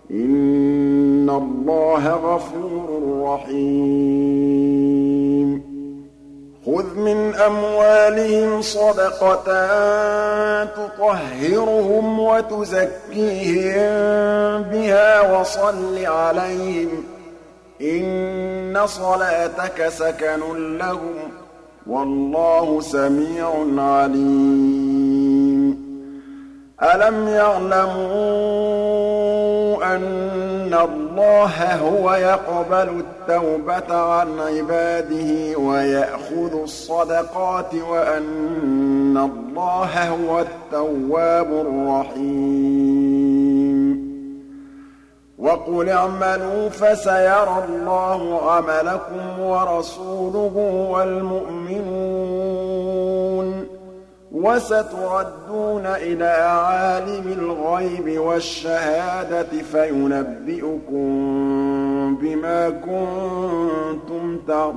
إِنَّ اللَّهَ غَفُورٌ رَّحِيمٌ خُذْ مِنْ أَمْوَالِهِمْ صَدَقَةً تُطَهِّرُهُمْ وَتُزَكِّيهِم بِهَا وَصَلِّ عَلَيْهِمْ ۖ إِنَّ صَلَاتَكَ سَكَنٌ لَّهُمْ ۗ وَاللَّهُ سَمِيعٌ عَلِيمٌ أَلَمْ يَعْلَمُوا أَنَّ اللَّهَ هُوَ يَقْبَلُ التَّوْبَةَ عَنْ عِبَادِهِ وَيَأْخُذُ الصَّدَقَاتِ وَأَنَّ اللَّهَ هُوَ التَّوَّابُ الرَّحِيمُ وَقُلِ اعْمَلُوا فَسَيَرَى اللَّهُ عَمَلَكُمْ وَرَسُولُهُ وَالْمُؤْمِنُونَ وَسَتُرَدُّونَ إِلَىٰ عَالِمِ الْغَيْبِ وَالشَّهَادَةِ فَيُنَبِّئُكُم بِمَا كُنتُمْ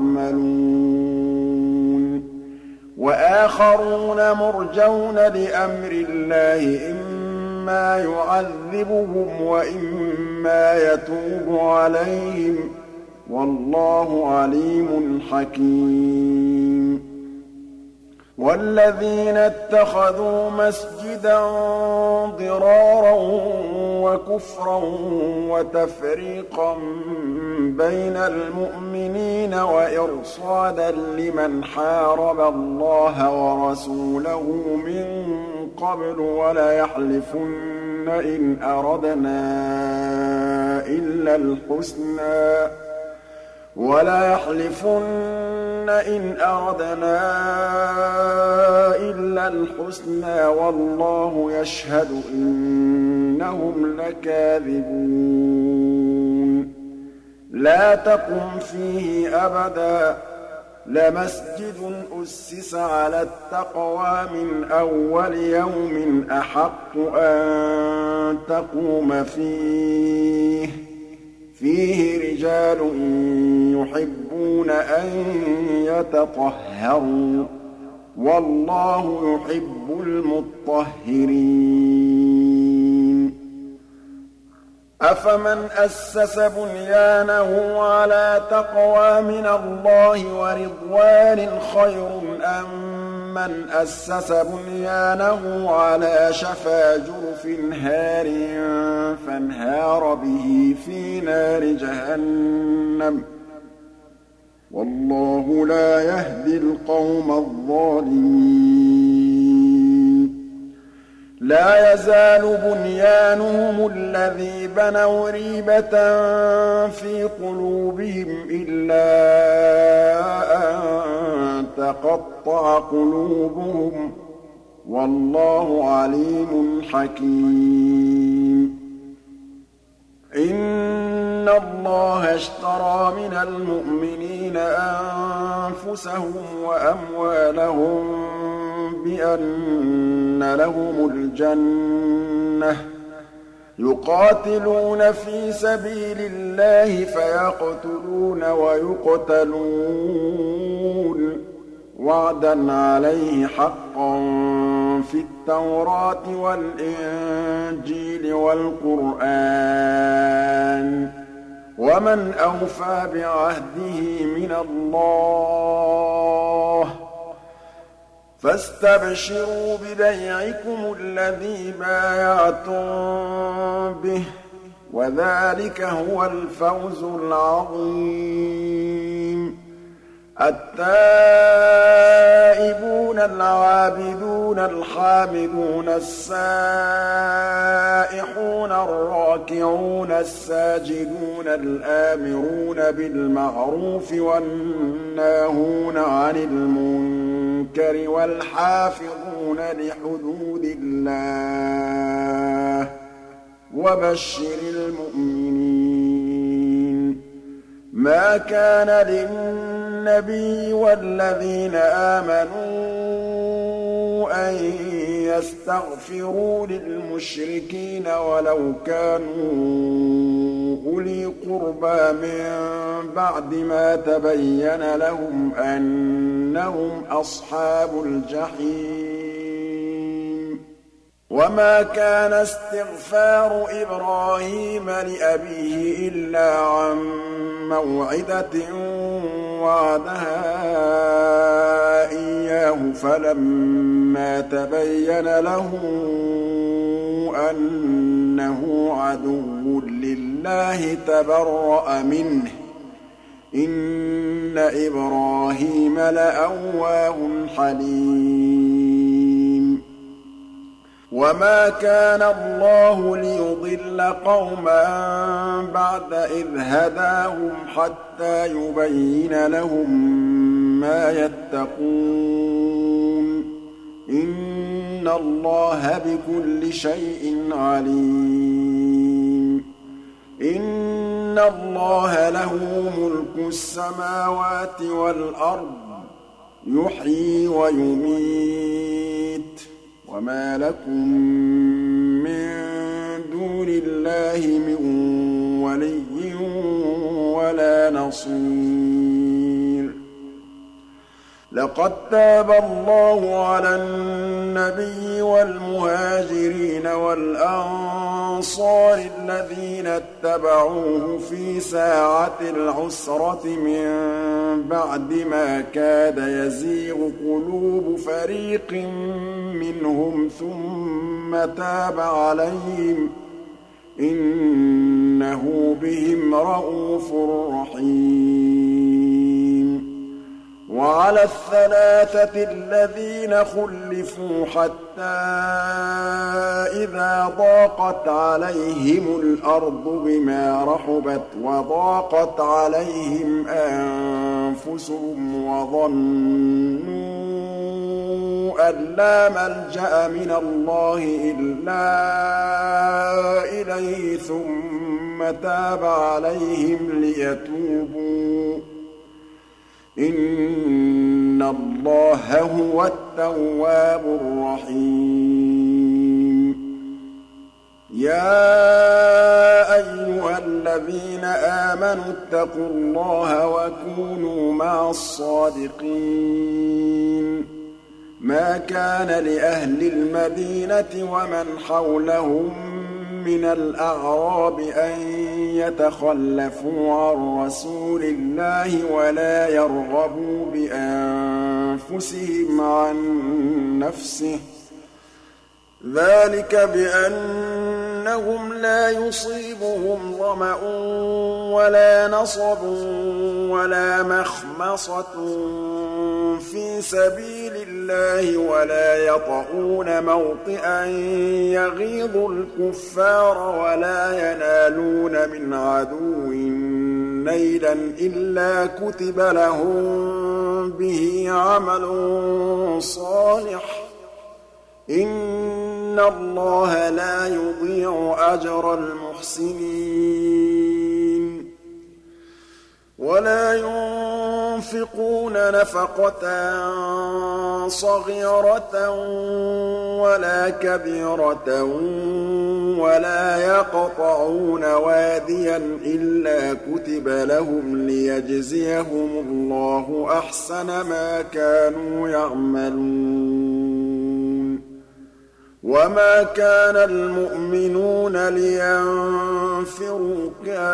تَعْمَلُونَ وَآخَرُونَ مُرْجَوْنَ لِأَمْرِ اللَّهِ إِمَّا يُعَذِّبُهُمْ وَإِمَّا يَتُوبُ عَلَيْهِمْ ۗ وَاللَّهُ عَلِيمٌ حَكِيمٌ وَالَّذِينَ اتَّخَذُوا مَسْجِدًا ضِرَارًا وَكُفْرًا وَتَفْرِيقًا بَيْنَ الْمُؤْمِنِينَ وَإِرْصَادًا لِّمَنْ حَارَبَ اللَّهَ وَرَسُولَهُ مِن قَبْلُ وَلَيَحْلِفُنَّ إِنْ أَرَدْنَا إِلَّا الْحُسْنَىٰ وَلَيَحْلِفُنَّ إِنْ أَرَدْنَا إِلَّا الْحُسْنَىٰ وَاللَّهُ يَشْهَدُ إِنَّهُمْ لَكَاذِبُونَ لَا تَقُمْ فِيهِ أَبَدًا لَمَسْجِدٌ أُسِّسَ عَلَى التَّقْوَىٰ مِنْ أَوَّلِ يَوْمٍ أَحَقُّ أَن تَقُومَ فِيهِ ۚ فِيهِ رِجَالٌ يُحِبُّونَ أَن يَتَطَهَّرُوا ۚ وَاللَّهُ يُحِبُّ الْمُطَّهِّرِينَ أَفَمَنْ أَسَّسَ بُنْيَانَهُ عَلَىٰ تَقْوَىٰ مِنَ اللَّهِ وَرِضْوَانٍ خَيْرٌ أَم مَّنْ أَسَّسَ بُنْيَانَهُ عَلَىٰ شَفَا جُرُفٍ هَارٍ فَانْهَارَ بِهِ فِي نَارِ جَهَنَّمَ ۗ وَاللَّهُ لَا يَهْدِي الْقَوْمَ الظَّالِمِينَ لَا يَزَالُ بُنْيَانُهُمُ الَّذِي بَنَوْا رِيبَةً فِي قُلُوبِهِمْ إِلَّا أَن تَقَطَّعَ قُلُوبُهُمْ ۗ وَاللَّهُ عَلِيمٌ حَكِيمٌ إِنَّ اللَّهَ اشْتَرَىٰ مِنَ الْمُؤْمِنِينَ أَنفُسَهُمْ وَأَمْوَالَهُم بِأَنَّ لَهُمُ الْجَنَّةَ ۚ يُقَاتِلُونَ فِي سَبِيلِ اللَّهِ فَيَقْتُلُونَ وَيُقْتَلُونَ ۖ وَعْدًا عَلَيْهِ حَقًّا فِي التَّوْرَاةِ وَالْإِنجِيلِ وَالْقُرْآنِ ۚ وَمَنْ أَوْفَىٰ بِعَهْدِهِ مِنَ اللَّهِ ۚ فَاسْتَبْشِرُوا بِبَيْعِكُمُ الَّذِي بايَعْتُم بِهِ ۚ وَذَٰلِكَ هُوَ الْفَوْزُ الْعَظِيمُ التائبون العابدون الحامدون السائحون الراكعون الساجدون الآمرون بالمعروف والناهون عن المنكر والحافظون لحدود الله وبشر المؤمنين ما كان للنبي والذين آمنوا أن يستغفروا للمشركين ولو كانوا أولي قربى من بعد ما تبين لهم أنهم أصحاب الجحيم وَمَا كَانَ استغفار إبراهيم لأبيه إلا عن موعدة وعدها إياه فلما تبين له أنه عدو لله تبرأ منه إن إبراهيم لأواه حليم وَمَا كَانَ اللَّهُ لِيُضِلَّ قَوْمًا بَعْدَ إِذْ هَدَاهُمْ حَتَّىٰ يُبَيِّنَ لَهُم مَّا يَتَّقُونَ إِنَّ اللَّهَ بِكُلِّ شَيْءٍ عَلِيمٌ إِنَّ اللَّهَ لَهُ مُلْكُ السَّمَاوَاتِ وَالْأَرْضِ يُحْيِي وَيُمِيتُ وَمَا لَكُم مِّن دُونِ اللَّهِ مِن وَلِيٍّ وَلَا نَصِيرٍ لَقَد تَّابَ اللَّهُ عَلَى النَّبِيِّ وَالْمُهَاجِرِينَ وَالْأَنصَارِ الَّذِينَ اتَّبَعُوهُ فِي سَاعَةِ الْعُسْرَةِ مِن بَعْدِ مَا كَادَ يَزِيغُ قُلُوبُ فَرِيقٍ مِّنْهُمْ ثُمَّ تَابَ عَلَيْهِمْ ۚ إِنَّهُ بِهِمْ رَءُوفٌ رَّحِيمٌ وَعَلَى الثَّلَاثَةِ الَّذِينَ خُلِّفُوا حَتَّىٰ إِذَا ضَاقَتْ عَلَيْهِمُ الْأَرْضُ بِمَا رَحُبَتْ وَضَاقَتْ عَلَيْهِمْ أَنفُسُهُمْ وَظَنُّوا أَن لَّا مَلْجَأَ مِنَ اللَّهِ إِلَّا إِلَيْهِ ثُمَّ تَابَ عَلَيْهِمْ لِيَتُوبُوا ۚ إِنَّ اللَّهَ هُوَ التَّوَّابُ الرَّحِيمُ يَا أَيُّهَا الَّذِينَ آمَنُوا اتَّقُوا اللَّهَ وَكُونُوا مَعَ الصَّادِقِينَ مَا كَانَ لِأَهْلِ الْمَدِينَةِ وَمَنْ حَوْلَهُم مِّنَ الْأَعْرَابِ أَن يَتَخَلَّفُوا عَن رَّسُولِ اللَّهِ وَلَا يَرْغَبُوا بِأَنفُسِهِمْ عَن نَّفْسِهِ ۚ ذَٰلِكَ بِأَنَّهُمْ لَا يُصِيبُهُمْ ظَمَأٌ وَلَا نَصَبٌ وَلَا مَخْمَصَةٌ فِي سَبِيلِ اللَّهِ وَلَا يَطَئُونَ مَوْطِئًا يَغِيظُ الْكُفَّارَ وَلَا يَنَالُونَ مِنْ عَدُوٍّ نَيْلًا إِلَّا كُتِبَ لَهُم بِهِ عَمَلٌ صَالِحٌ ۚ إِنَّ اللَّهَ لَا يُضِيعُ أَجْرَ الْمُحْسِنِينَ وَلَا يُنفِقُونَ نَفَقَةً صَغِيرَةً وَلَا كَبِيرَةً وَلَا يَقْطَعُونَ وَادِيًا إِلَّا كُتِبَ لَهُمْ لِيَجْزِيَهُمُ اللَّهُ أَحْسَنَ مَا كَانُوا يَعْمَلُونَ وَمَا كَانَ الْمُؤْمِنُونَ لِيَنفِرُوا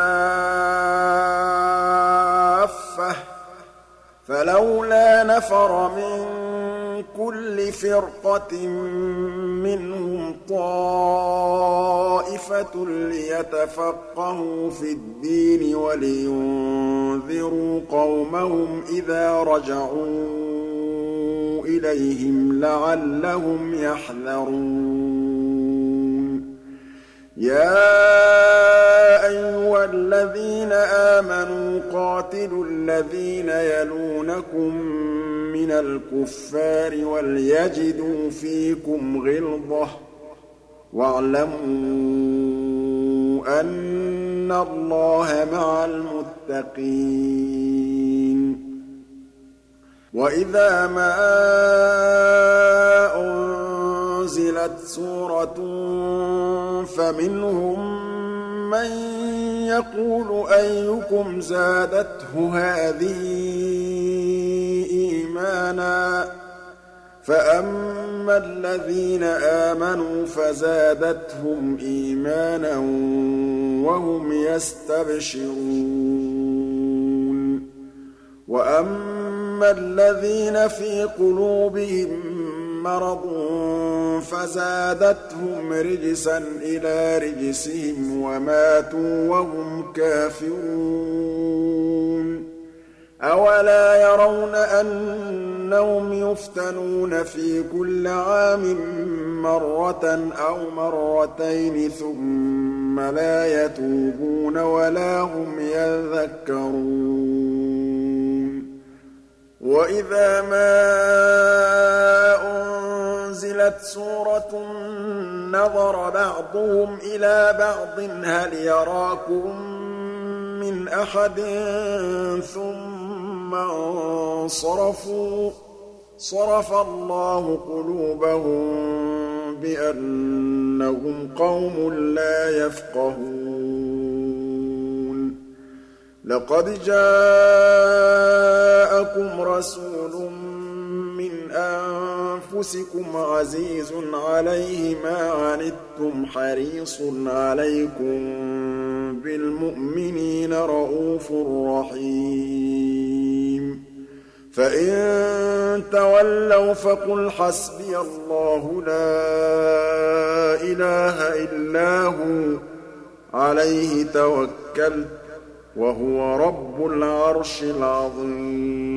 كَافَّةً ۚ فَلَوْلَا نَفَرَ مِن كُلِّ فِرْقَةٍ مِّنْهُمْ طَائِفَةٌ لِّيَتَفَقَّهُوا فِي الدِّينِ وَلِيُنذِرُوا قَوْمَهُمْ إِذَا رَجَعُوا إِلَيْهِمْ لَعَلَّهُمْ يَحْذَرُونَ يَا أَيُّهَا الَّذِينَ آمَنُوا قَاتِلُوا الَّذِينَ يَلُونَكُم مِّنَ الْكُفَّارِ وَلْيَجِدُوا فِيكُمْ غِلْظَةً ۚ وَاعْلَمُوا أَنَّ اللَّهَ مَعَ الْمُتَّقِينَ وَإِذَا مَا أُنزِلَتْ سُورَةٌ فَمِنْهُم مَّن يَقُولُ أَيُّكُمْ زَادَتْهُ هَٰذِهِ إِيمَانًا ۚ فَأَمَّا الَّذِينَ آمَنُوا فَزَادَتْهُمْ إِيمَانًا وَهُمْ يَسْتَبْشِرُونَ وَأَمَّا الَّذِينَ فِي قُلُوبِهِم مَّرَضٌ فَزَادَتْهُمْ رِجْسًا إِلَىٰ رِجْسِهِمْ وَمَاتُوا وَهُمْ كَافِرُونَ أَوَلَا يَرَوْنَ أَنَّهُمْ يُفْتَنُونَ فِي كُلِّ عَامٍ مَّرَّةً أَوْ مَرَّتَيْنِ ثُمَّ لَا يَتُوبُونَ وَلَا هُمْ يَذَّكَّرُونَ وَإِذَا مَا أُنزِلَتْ سُورَةٌ نَّظَرَ بَعْضُهُمْ إِلَىٰ بَعْضٍ هَلْ يَرَاكُم مِّنْ أَحَدٍ ثُمَّ انصَرَفُوا ۚ صَرَفَ اللَّهُ قُلُوبَهُم بِأَنَّهُمْ قَوْمٌ لَّا يَفْقَهُونَ لَقَدْ جَاءَكُمْ رَسُولٌ مِّنْ أَنفُسِكُمْ عَزِيزٌ عَلَيْهِ مَا عَنِتُّمْ حَرِيصٌ عَلَيْكُم بِالْمُؤْمِنِينَ رَءُوفٌ رَّحِيمٌ فَإِن تَوَلَّوْا فَقُلْ حَسْبِيَ اللَّهُ لَا إِلَٰهَ إِلَّا هُوَ عَلَيْهِ تَوَكَّلْتُ وَهُوَ رَبُّ الْعَرْشِ الْعَظِيمِ